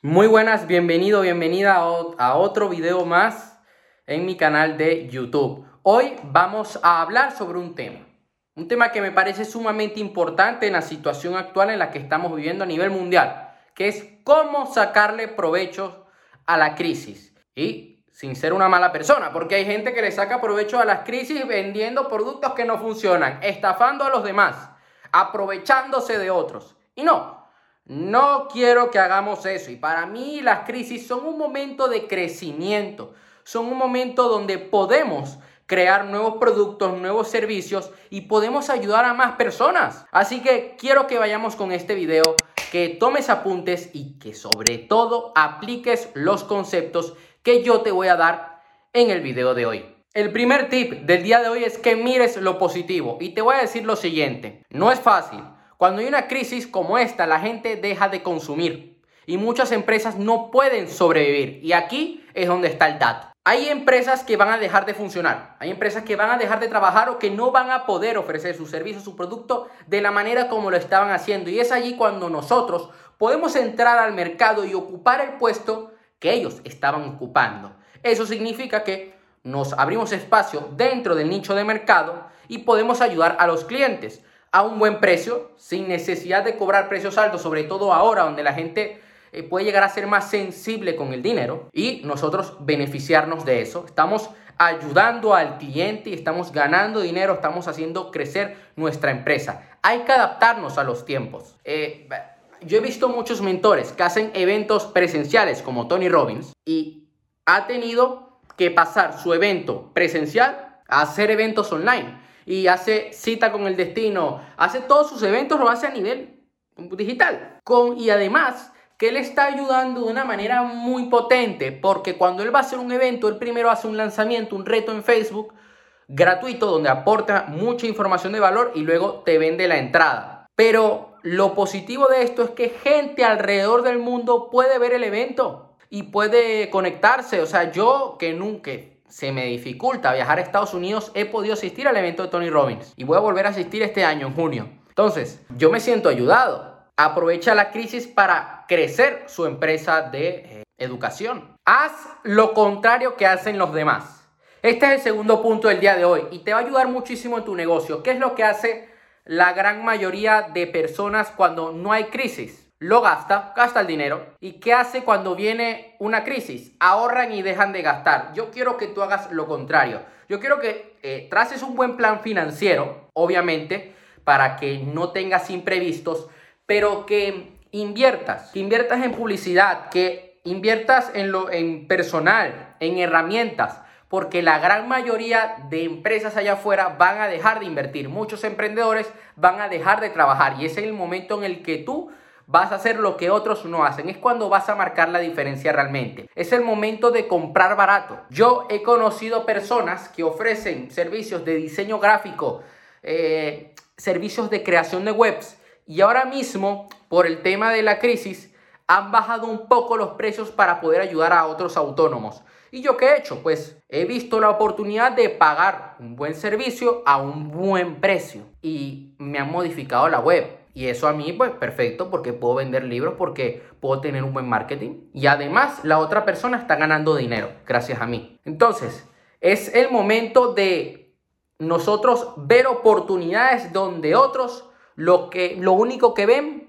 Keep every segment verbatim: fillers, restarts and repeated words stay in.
Muy buenas, bienvenido, bienvenida a, o- a otro video más en mi canal de YouTube. Hoy vamos a hablar sobre un tema, un tema que me parece sumamente importante en la situación actual en la que estamos viviendo a nivel mundial, que es cómo sacarle provecho a la crisis. Y sin ser una mala persona, porque hay gente que le saca provecho a las crisis vendiendo productos que no funcionan, estafando a los demás, aprovechándose de otros. Y no. No quiero que hagamos eso, y para mí las crisis son un momento de crecimiento, son un momento donde podemos crear nuevos productos, nuevos servicios y podemos ayudar a más personas. Así que quiero que vayamos con este video, que tomes apuntes y que sobre todo apliques los conceptos que yo te voy a dar en el video de hoy. El primer tip del día de hoy es que mires lo positivo y te voy a decir lo siguiente: no es fácil. Cuando hay una crisis como esta, la gente deja de consumir y muchas empresas no pueden sobrevivir. Y aquí es donde está el dato. Hay empresas que van a dejar de funcionar, hay empresas que van a dejar de trabajar o que no van a poder ofrecer su servicio, su producto de la manera como lo estaban haciendo. Y es allí cuando nosotros podemos entrar al mercado y ocupar el puesto que ellos estaban ocupando. Eso significa que nos abrimos espacio dentro del nicho de mercado y podemos ayudar a los clientes a un buen precio, sin necesidad de cobrar precios altos, sobre todo ahora donde la gente eh, puede llegar a ser más sensible con el dinero y nosotros beneficiarnos de eso. Estamos ayudando al cliente y estamos ganando dinero, estamos haciendo crecer nuestra empresa. Hay que adaptarnos a los tiempos. Eh, yo he visto muchos mentores que hacen eventos presenciales como Tony Robbins y ha tenido que pasar su evento presencial a hacer eventos online. Y hace cita con el destino, hace todos sus eventos, lo hace a nivel digital. Con, y además que él está ayudando de una manera muy potente, porque cuando él va a hacer un evento, él primero hace un lanzamiento, un reto en Facebook gratuito donde aporta mucha información de valor y luego te vende la entrada. Pero lo positivo de esto es que gente alrededor del mundo puede ver el evento y puede conectarse. O sea, yo que nunca... se me dificulta viajar a Estados Unidos, he podido asistir al evento de Tony Robbins y voy a volver a asistir este año, en junio. Entonces, yo me siento ayudado. Aprovecha la crisis para crecer su empresa de eh, educación. Haz lo contrario que hacen los demás. Este es el segundo punto del día de hoy y te va a ayudar muchísimo en tu negocio. ¿Qué es lo que hace la gran mayoría de personas cuando no hay crisis? Lo gasta, gasta el dinero. ¿Y qué hace cuando viene una crisis? Ahorran y dejan de gastar. Yo quiero que tú hagas lo contrario. Yo quiero que eh, traces un buen plan financiero, obviamente, para que no tengas imprevistos, pero que inviertas, que inviertas en publicidad, que inviertas en, lo, en personal, en herramientas, porque la gran mayoría de empresas allá afuera van a dejar de invertir. Muchos emprendedores van a dejar de trabajar y ese es el momento en el que tú vas a hacer lo que otros no hacen. Es cuando vas a marcar la diferencia realmente. Es el momento de comprar barato. Yo he conocido personas que ofrecen servicios de diseño gráfico, eh, servicios de creación de webs, y ahora mismo, por el tema de la crisis, han bajado un poco los precios para poder ayudar a otros autónomos. ¿Y yo qué he hecho? Pues he visto la oportunidad de pagar un buen servicio a un buen precio y me han modificado la web. Y eso a mí, pues, perfecto, porque puedo vender libros, porque puedo tener un buen marketing. Y además, la otra persona está ganando dinero gracias a mí. Entonces, es el momento de nosotros ver oportunidades donde otros lo, que, lo único que ven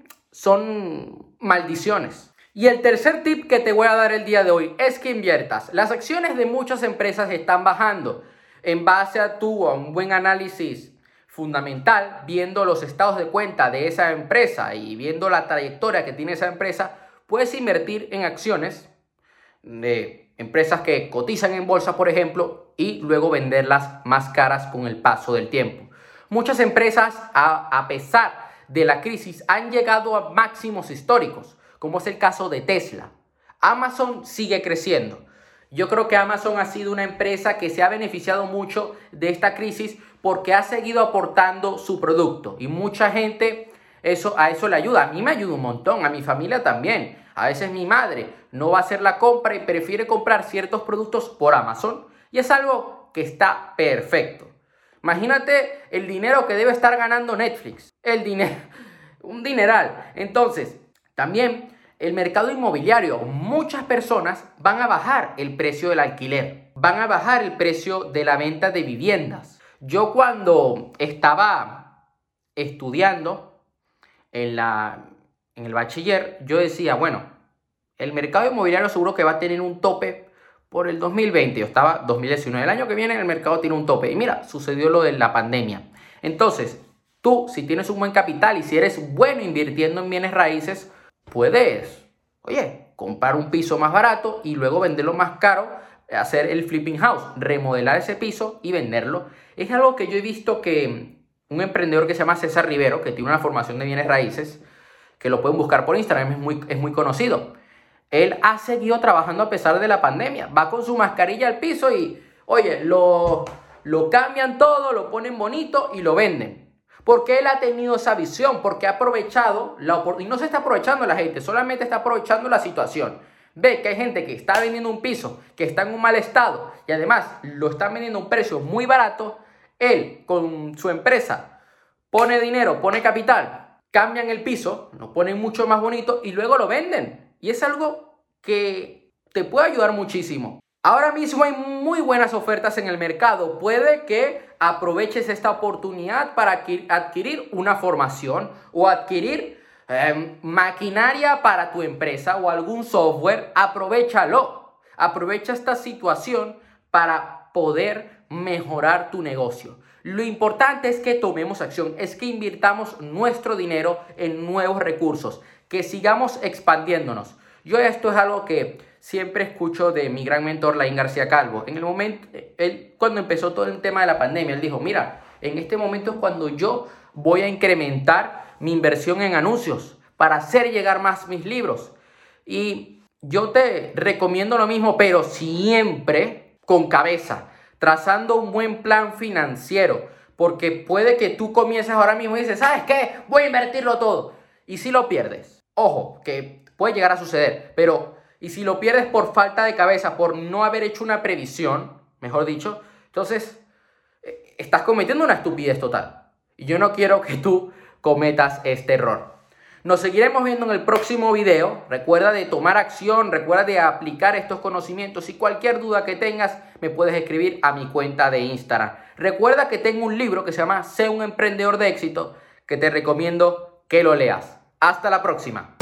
son maldiciones. Y el tercer tip que te voy a dar el día de hoy es que inviertas. Las acciones de muchas empresas están bajando en base a tu a un buen análisis fundamental, viendo los estados de cuenta de esa empresa y viendo la trayectoria que tiene esa empresa. Puedes invertir en acciones de empresas que cotizan en bolsa, por ejemplo, y luego venderlas más caras con el paso del tiempo. Muchas empresas, a, a pesar de la crisis, han llegado a máximos históricos, como es el caso de Tesla. Amazon sigue creciendo. Yo creo que Amazon ha sido una empresa que se ha beneficiado mucho de esta crisis porque ha seguido aportando su producto y mucha gente eso, a eso le ayuda. A mí me ayuda un montón, a mi familia también. A veces mi madre no va a hacer la compra y prefiere comprar ciertos productos por Amazon y es algo que está perfecto. Imagínate el dinero que debe estar ganando Netflix. El dinero, un dineral. Entonces, también el mercado inmobiliario, muchas personas van a bajar el precio del alquiler, van a bajar el precio de la venta de viviendas. Yo cuando estaba estudiando en, la, en el bachiller, yo decía, bueno, el mercado inmobiliario seguro que va a tener un tope por el dos mil veinte. Yo estaba dos mil diecinueve, el año que viene el mercado tiene un tope. Y mira, sucedió lo de la pandemia. Entonces, tú, si tienes un buen capital y si eres bueno invirtiendo en bienes raíces, puedes, oye, comprar un piso más barato y luego venderlo más caro, hacer el flipping house, remodelar ese piso y venderlo. Es algo que yo he visto que un emprendedor que se llama César Rivero, que tiene una formación de bienes raíces, que lo pueden buscar por Instagram, es muy, es muy conocido. Él ha seguido trabajando a pesar de la pandemia. Va con su mascarilla al piso y, oye, lo, lo cambian todo, lo ponen bonito y lo venden. Porque él ha tenido esa visión, porque ha aprovechado la oportunidad. Y no se está aprovechando la gente, solamente está aprovechando la situación. Ve que hay gente que está vendiendo un piso, que está en un mal estado y además lo están vendiendo a un precio muy barato. Él, con su empresa, pone dinero, pone capital, cambian el piso, lo ponen mucho más bonito y luego lo venden. Y es algo que te puede ayudar muchísimo. Ahora mismo hay muy buenas ofertas en el mercado. Puede que aproveches esta oportunidad para adquirir una formación o adquirir eh, maquinaria para tu empresa o algún software. Aprovéchalo. Aprovecha esta situación para poder mejorar tu negocio. Lo importante es que tomemos acción, es que invirtamos nuestro dinero en nuevos recursos, que sigamos expandiéndonos. Yo esto es algo que siempre escucho de mi gran mentor, Laín García Calvo. En el momento, él cuando empezó todo el tema de la pandemia, él dijo, mira, en este momento es cuando yo voy a incrementar mi inversión en anuncios para hacer llegar más mis libros. Y yo te recomiendo lo mismo, pero siempre con cabeza, trazando un buen plan financiero, porque puede que tú comiences ahora mismo y dices, ¿sabes qué? Voy a invertirlo todo. Y si lo pierdes, ojo, que puede llegar a suceder, pero y si lo pierdes por falta de cabeza, por no haber hecho una previsión, mejor dicho, entonces eh, estás cometiendo una estupidez total. Y yo no quiero que tú cometas este error. Nos seguiremos viendo en el próximo video. Recuerda de tomar acción, recuerda de aplicar estos conocimientos y cualquier duda que tengas me puedes escribir a mi cuenta de Instagram. Recuerda que tengo un libro que se llama Sé un emprendedor de éxito que te recomiendo que lo leas. Hasta la próxima.